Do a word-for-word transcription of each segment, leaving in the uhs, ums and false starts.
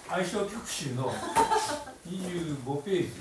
愛称曲集のにじゅうごページ。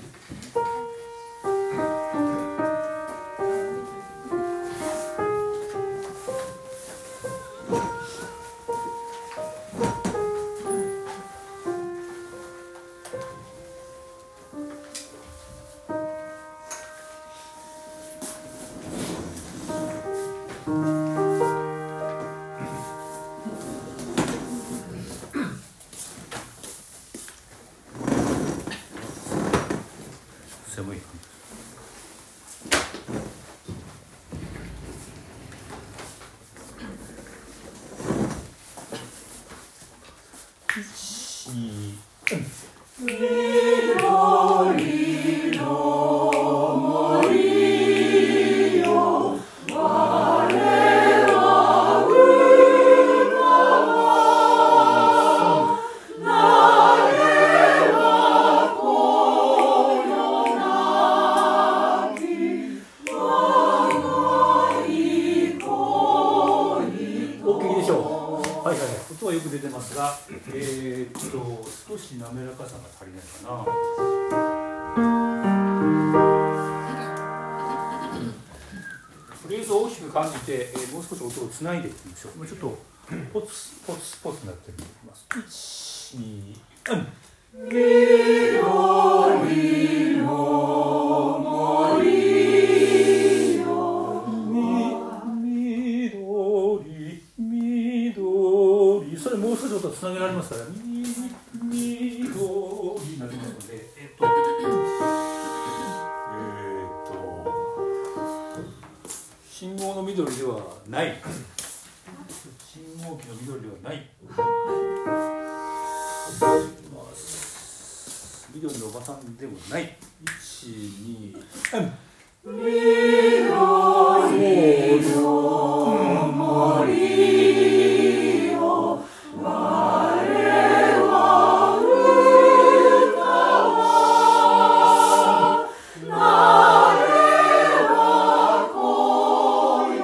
つないでいきましょう。もうちょっとポツポツポツになってるのいきます。いち、に、うん。緑の森よ、緑、緑。それもう少し音つなげられますから、緑になりますので、えっと、えっと、信号の緑ではない。信号機の緑ではない。緑のおばさんでもない。いち、に、うん。緑の森よ、我は歌わなれはこよ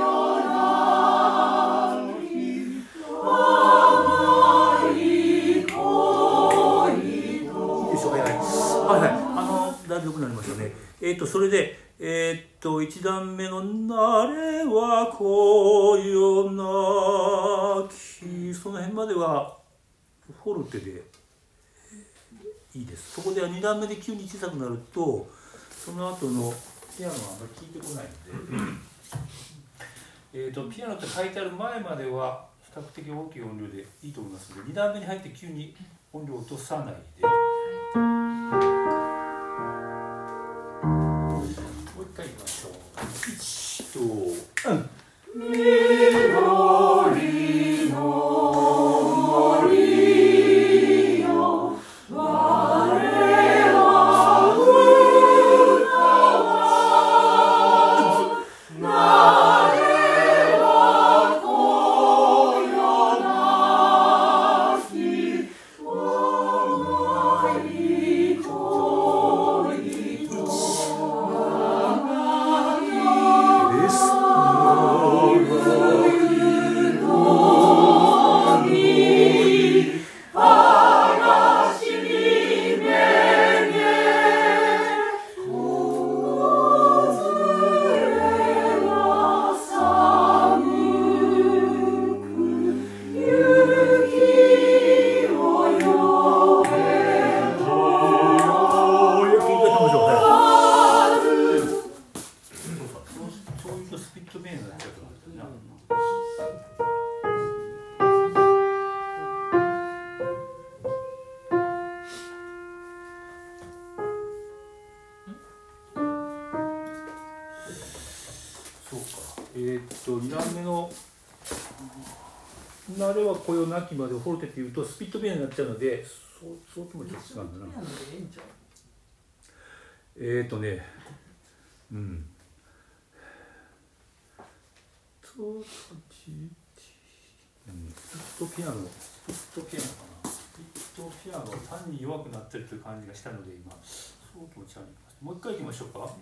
なき我がい恋と。いいでしょうか。はいはい。あのだいぶ良くなりましたね。えっとそれでえっと一段目のなれはこよなき、その辺まではフォルテでいいです。そこではに段目で急に小さくなるとその後のピアノはあんまり効いてこないのでえっとピアノって書いてある前までは比較的大きい音量でいいと思いますので、に段目に入って急に音量を落とさないで。もう一回言いましょう。いちと、うん。緑の森よ、我は歌わなれはこよなき我がい恋と。なれはこよなきまでをフォルテっていうとスピットピアノになっちゃうので、そうそうともちょっと違うんだな。えっとね、うん。ととちうん、スピットピアノ、スピットピアノかな。スピットピアノ単に弱くなってるという感じがしたので今そう気持ち悪い。もう一回いきましょうか。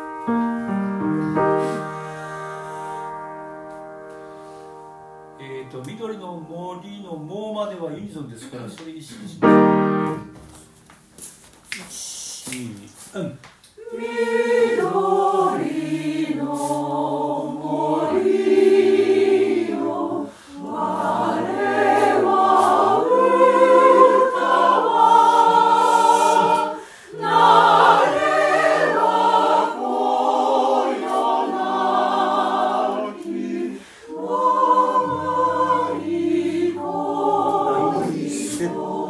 えっとと緑の森のもまではユニゾンですから、それに指示します。いち、に、うん。緑の森よ、我は歌わなれはこよなき我がいこいそ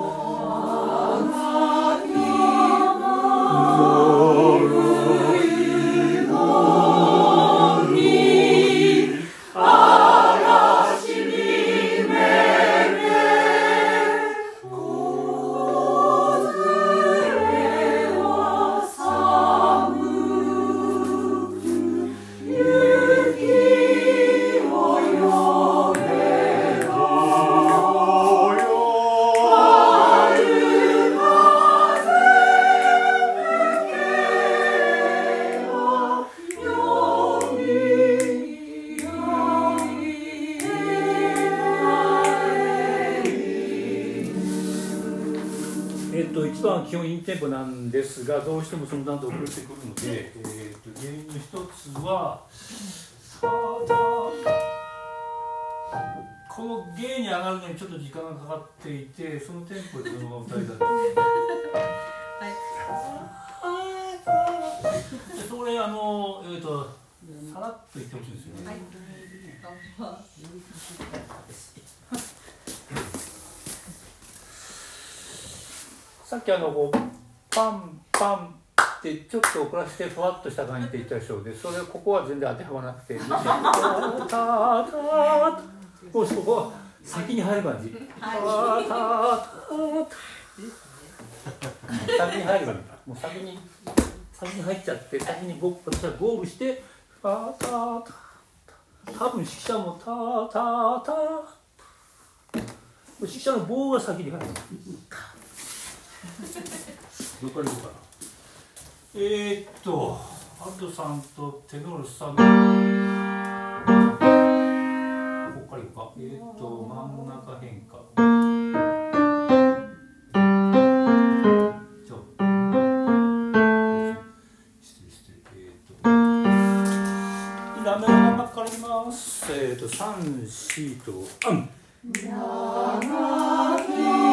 基本インテンポなんですが、どうしてもその段と遅れてくるので、えー、と原因の一つはこの芸に上がるのにちょっと時間がかかっていて、そのテンポでそのまま歌いだってそれあの、えー、とさらっと言ってほしいんですよね。はい、さっきあのこうパンパンってちょっと遅らせてふわっとした感じで言ったでしょうで、それここは全然当てはまらなくて、タタタもうそこは先に入る感じ。タタタ先に入る感じ。もう先に先に入っちゃって先に僕私はゴールしてタタタ多分指揮者もタタタ指揮者の棒が先に入る。どこから行こうかな。えー、っとアルトさんとテノールさんのここから行こうか。えー、っと真ん中変化ちょ失礼失礼えー、っとラメの真ん中からいきます。えー、っとさん、しとあん長き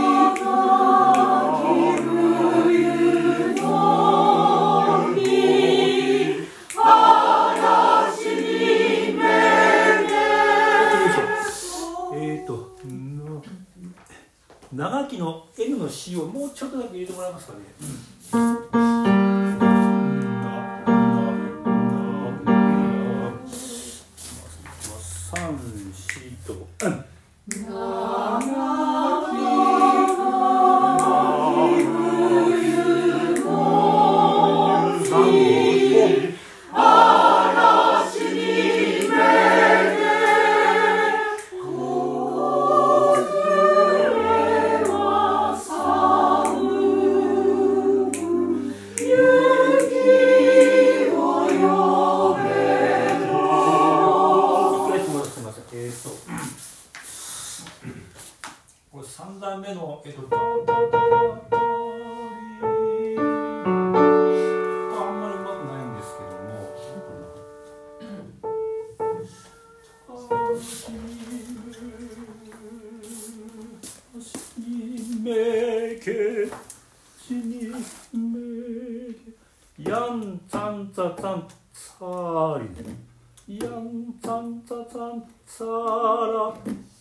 長きの N の C をもうちょっとだけ入れてもらえますかね。さん、しとうんさん段目の、えっと、あんまりうまくないんですけども、やんちゃんちゃちゃんさーりやんちゃんちゃちゃんさーら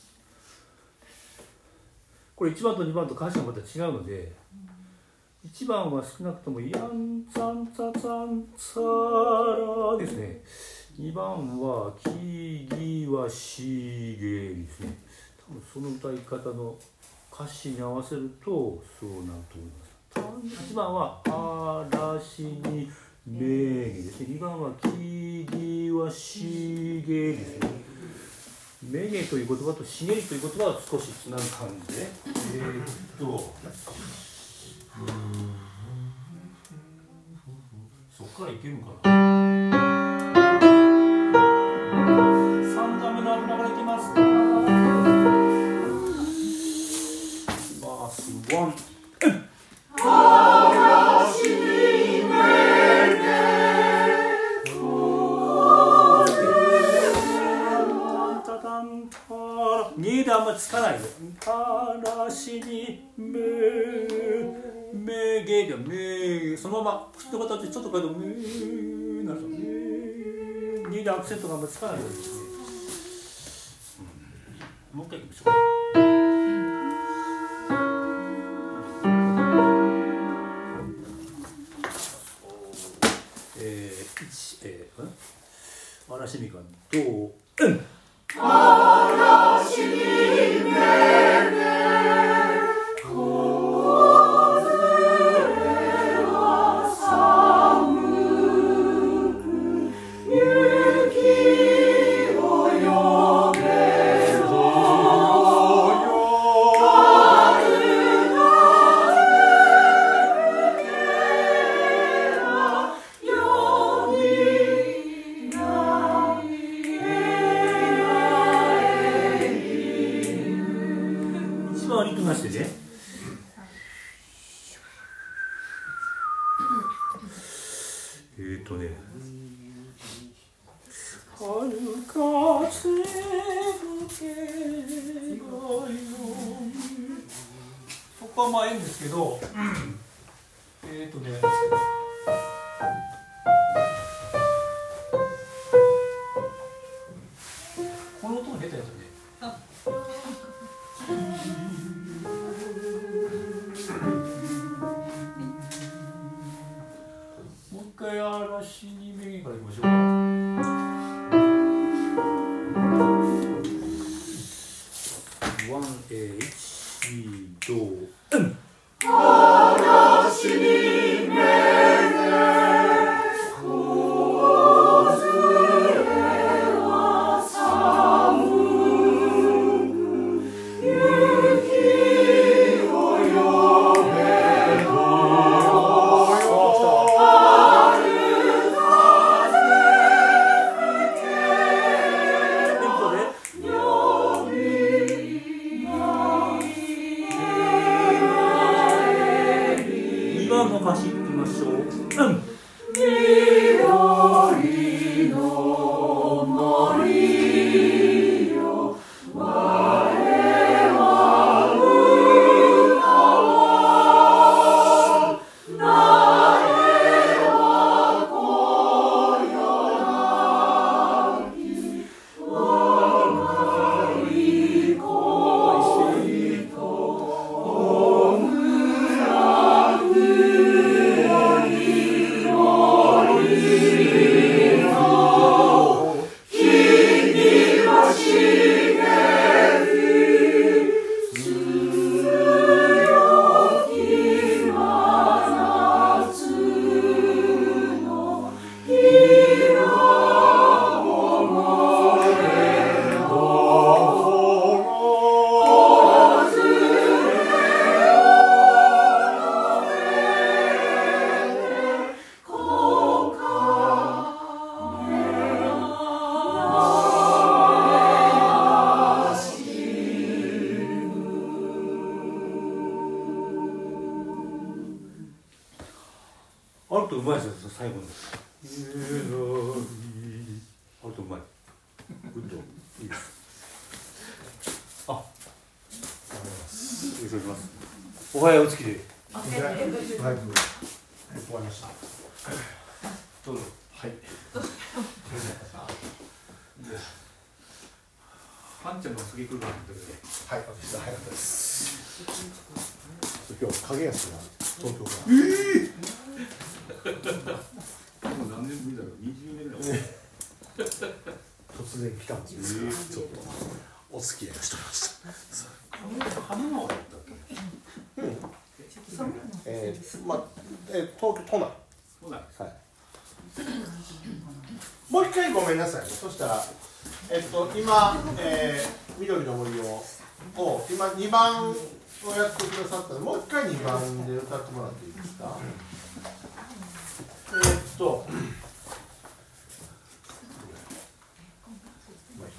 これいちばんとにばんと歌詞がまた違うので、いちばんは少なくともやんちゃんちゃちゃんさらですね。にばんはきぎわしげですね。多分その歌い方の歌詞に合わせるとそうなると思います。いちばんは嵐にめげですね。にばんはきぎわしげですね。めげという言葉としげりという言葉は少しつなぐ感じで、えー、っとうんそこからいけるのかな。さん段目のアルバムからいきますか。 ワンにであんまりつかないで。話にめめげでめそのまま口の形ちょっと変えてめなるとめにでアクセントがあんまりつかないでですね。うん、もう一回いきましょう。えー、一えー、ん嵐みかんどううん嵐にめげ風は寒く雪を呼べろ春風吹けばよみがえ一番割り組ましてね。えーとね春風吹けばよそこはまあいいんですけど、えーとねこの音が出たやつね。もう一回嵐にめげからいきましょうか。ワンエイチドうん嵐にめげ風は寒く雪を呼べろ春風吹けテンポでよみがえりにばんの歌詞いきましょう。うん緑の森よ我は歌おう苗はこよなき我がい恋と弔うアルトうまいですよ、最後の。アルトうまい。グッド。いいです。あ、ありがとうございます。よろしくお願いします。おはようおつきで。 はい、終わりました。 どうぞ。 はい。 パンちゃんが次来るかなってことで。 はい、私は早かったです。今日影安が東京から。 ええー。もう何年ぶりだろう、にじゅうねんぐらい。 突然来たんですけど、ちょっとお付き合いをしておりました。 神奈川だったっけ？ うん。えー、まあ、えー、東京都内。 都内。 はい。もう一回ごめんなさい。そしたら、えっと今、えー、緑の森をを今にばんをやってくださったので、もう一回にばんで歌ってもらっていいですか？えー、っと。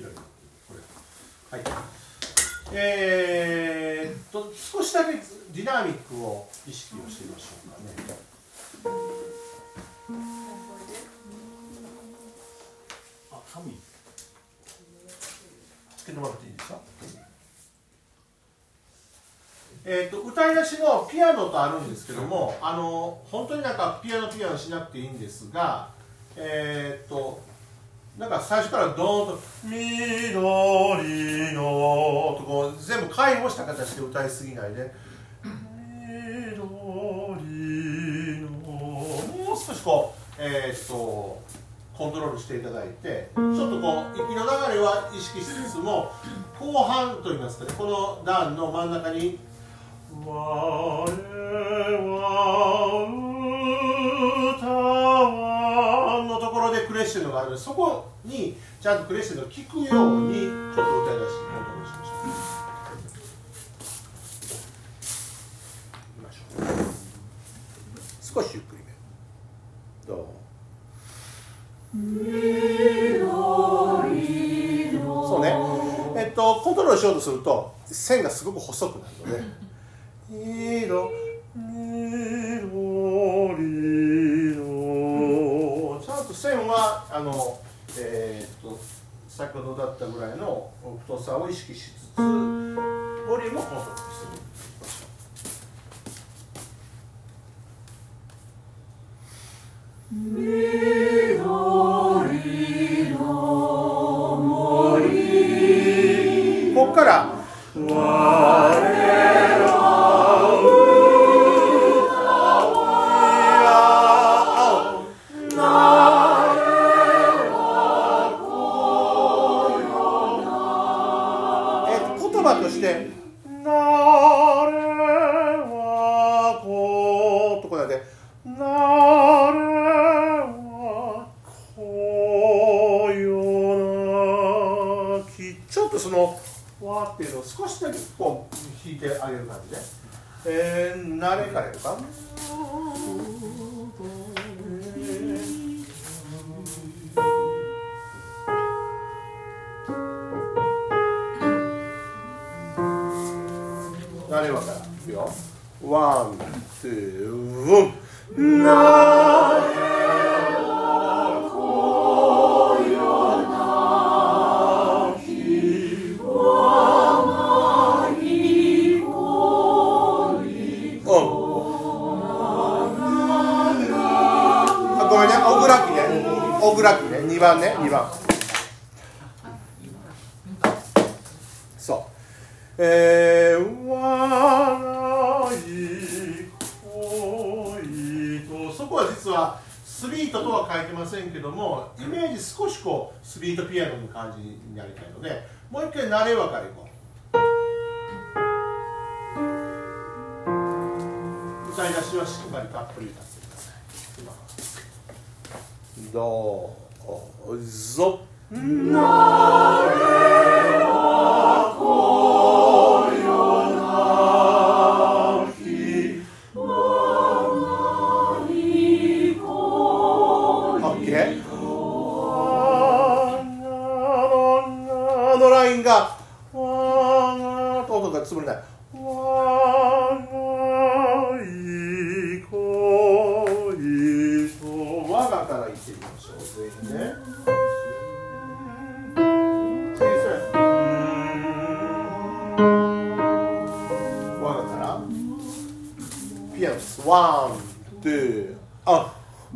はい、えー、っと少しだけ時代ナミックを意識をしてみましょうかね。 あ、寒い。 つけてもらっていいですか。えー、と歌い出しのピアノとあるんですけども、あの本当になんかピアノピアノしなくていいんですが、えー、となんか最初からドーンと「緑の」とこう全部解放した形で歌いすぎないで「緑の」もう少しこう、えー、とコントロールしていただいて、ちょっとこう息の流れは意識しつつも、後半といいますかね、この段の真ん中に「我は歌わ」のところでクレッシェンドがあるので、そこにちゃんとクレッシェンドを聞くようにちょっと歌い出してコントロールしましょう。いきましょう。少しゆっくりめ。どう？そうね。えっとコントロールしようとすると線がすごく細くなるので。色緑のちゃんと線はあの、えー、っと先ほどだったぐらいの太さを意識しつつボリュームをコントロールする。緑の森、ここから少しだけこう弾いてあげる感じで、えー、慣れからやるか。慣れはからいくよ。ワン、ツー、ワン。小倉木ね、にばんね、にばん。そう。えー、わない恋と、そこは実はスリートとは書いてませんけども、イメージ少しこうスリートピアノの感じになりたいので、もう一回慣れ分かれいこう。歌い出しはしっかりたっぷり歌ってください。どうぞ。なれはこよなき我がにこい。オッケー。のラインがわがと音がつぶれない。わがいこいとわがから言ってみましょう。全員ね。ワン、ツー、あ。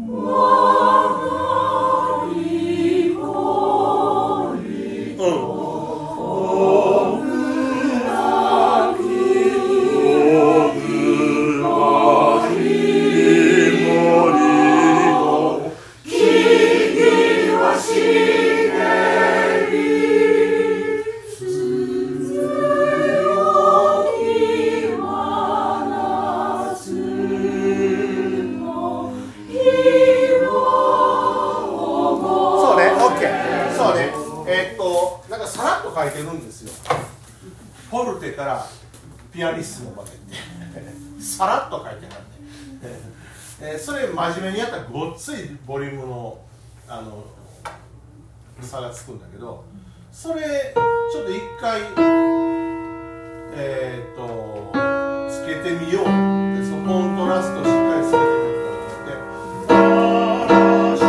書いてるんですよ。フォルテからピアニッシモまでさらっと書いてあるんで、えー、それ真面目にやったらごっついボリュームの、あの差がつくんだけど、それちょっと一回、 えー、っとつけてみよう。でそのコントラストをしっかりつけてみようと思って。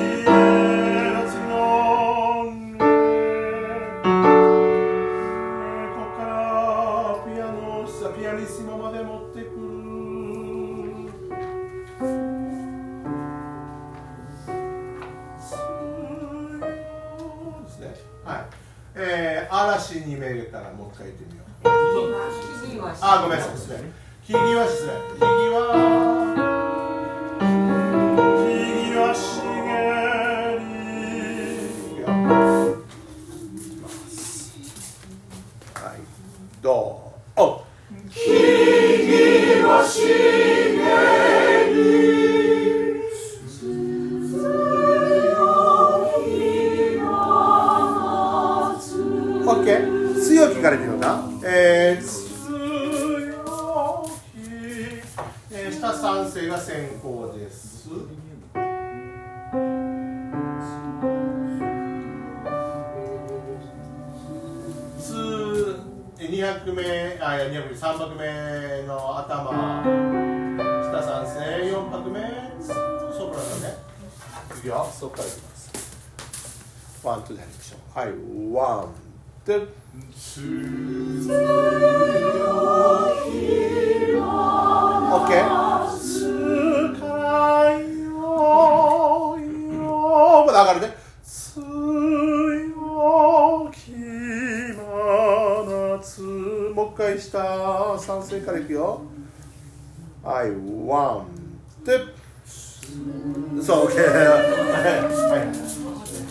ここからピアノピアニッシモまで持ってくる。ですね。はい。えー、嵐にめれたらもう一回言ってみよう。あ、ごめんなさいですね。ひぎはですね。ひぎはひぎはしげり。はい、どう？お。ひぎはしげり。オッケー。強気から言ってみようか。えー、強気、えー、下三声が先行です。つに拍目、あ、いやに拍目、さん拍目の頭、下三声、よん拍目、ソプラノね。いくよ、そこからいきます。ワン、ツーでやりましょう。はい、ワン、ツー。オッケー。つからよよまだ上がるね。強き真夏。もう一回下三声からいくよ。はい、ワン、ツー。そう、オッケー。はいはい。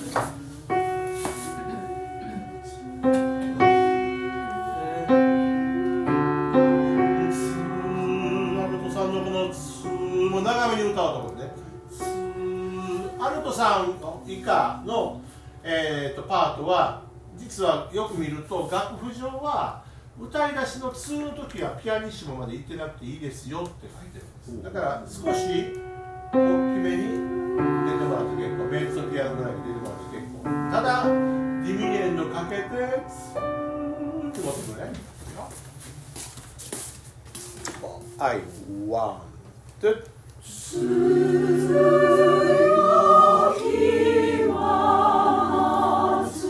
長めに歌おうと思ってね。アルトさん以下の、えー、とパートは実はよく見ると楽譜上は歌い出しのツーの時はピアニッシモまで行ってなくていいですよって書いてるんです。だから少し大きめに出てもらって結構、メッツォピアノぐらいに出てもらって結構。ただディミニエンドかけてツーって持ってくるね。はい、ワン、ツー。強き真夏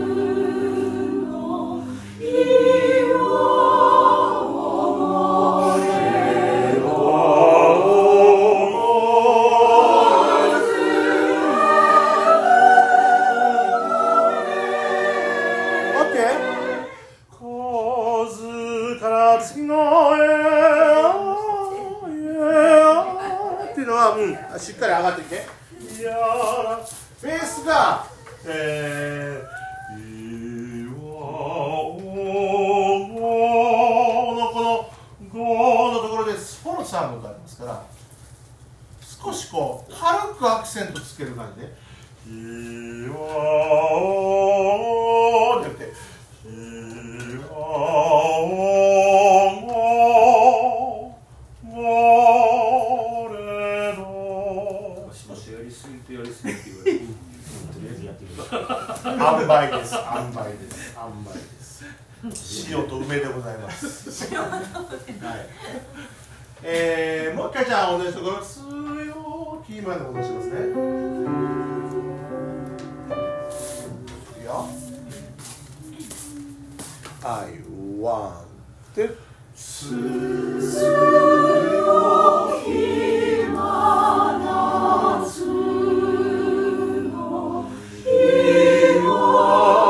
の色をれろ。オッケー。小津から次のうん、しっかり上がってきて。いやベースが、えー、いわおのこのごのところでフォロサーの歌ありますから、少しこう軽くアクセントつける感じで「いわお」って言って「いわお塩梅です。塩梅です。塩梅です。塩と梅でございます。はい。えー、もう一回じゃあ同じところ強気まで戻しますね。いいよ。はい、ワン、ツー。強気真夏の色。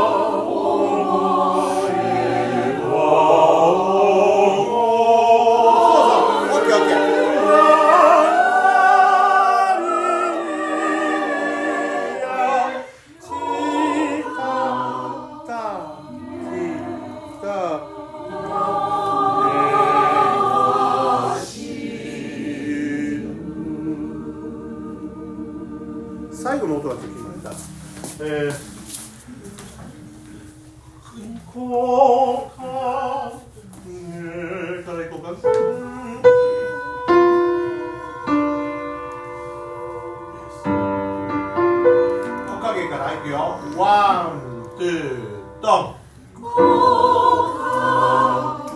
最後の音が決まった。えー、こうか、ね、からいこうか。おかげからいくよ。ワン、ツー、ドン。こうか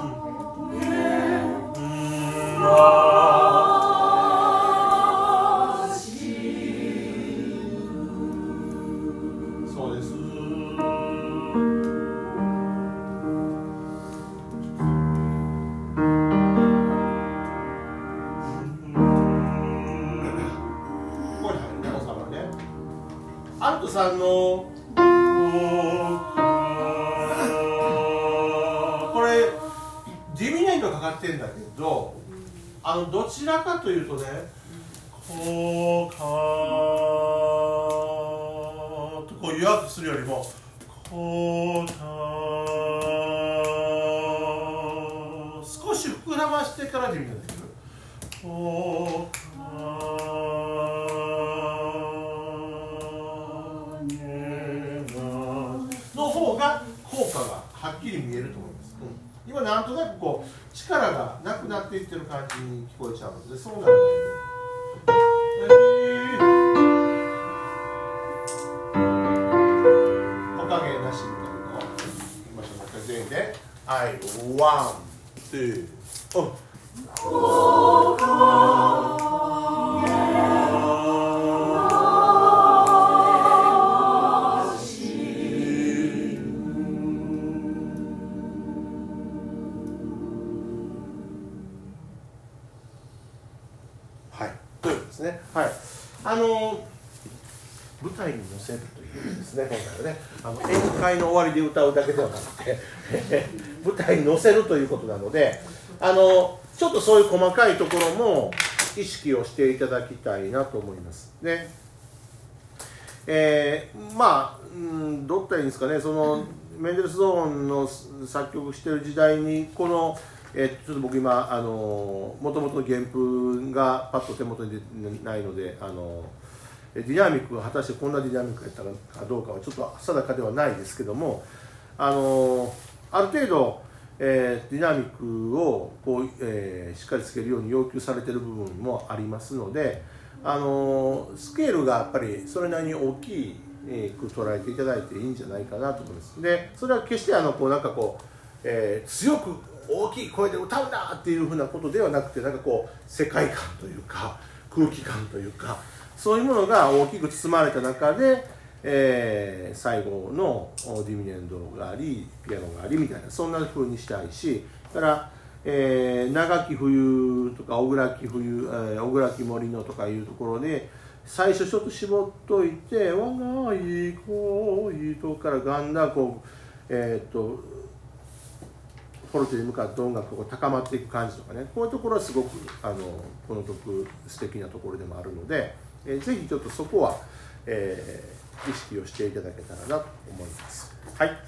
そうです。アルトさんのこれディミネントかかってるんだけど、あのどちらかというとね、こうかとこう弱くするよりもこうか少し膨らましてからディミネントする。こうかの方が効果がはっきり見えると思います。うん、今なんとなくこう力がなくなっていってる感じに聞こえちゃうので、そうなるので、おかげなしみたいなのをいきましょう。もう一回全員で、はい、ワン、ツー、うん。はい、ということですね。はい、あの舞台に乗せるというですね、今回はね、あの宴会の終わりで歌うだけではなくて舞台に乗せるということなので、あのちょっとそういう細かいところも意識をしていただきたいなと思いますね。えー、まあ、うん、どういったらいいんですかね、そのメンデルスゾーンの作曲している時代にこのえー、ちょっと僕今あのもともとの原譜がパッと手元に出てないので、あのディナミックが果たしてこんなディナミックやったかどうかはちょっと定かではないですけども、あのある程度、えー、ディナミックをこう、えー、しっかりつけるように要求されている部分もありますので、あのスケールがやっぱりそれなりに大きく捉えていただいていいんじゃないかなと思います。でそれは決してあのこうなんかこう、えー、強く大きい声で歌うんだっていうふうなことではなくて、なんかこう世界観というか空気感というか、そういうものが大きく包まれた中で、えー、最後のディミネンドがありピアノがありみたいな、そんなふうにしたいし、だから、えー、長き冬とか小倉木冬、えー、小倉木森のとかいうところで最初ちょっと絞っといて、我がい恋とからだんだんこうえー、っとフォルテに向かって音楽が高まっていく感じとかね、こういうところはすごくあのこの曲素敵なところでもあるので、えー、ぜひちょっとそこは、えー、意識をしていただけたらなと思います。はい。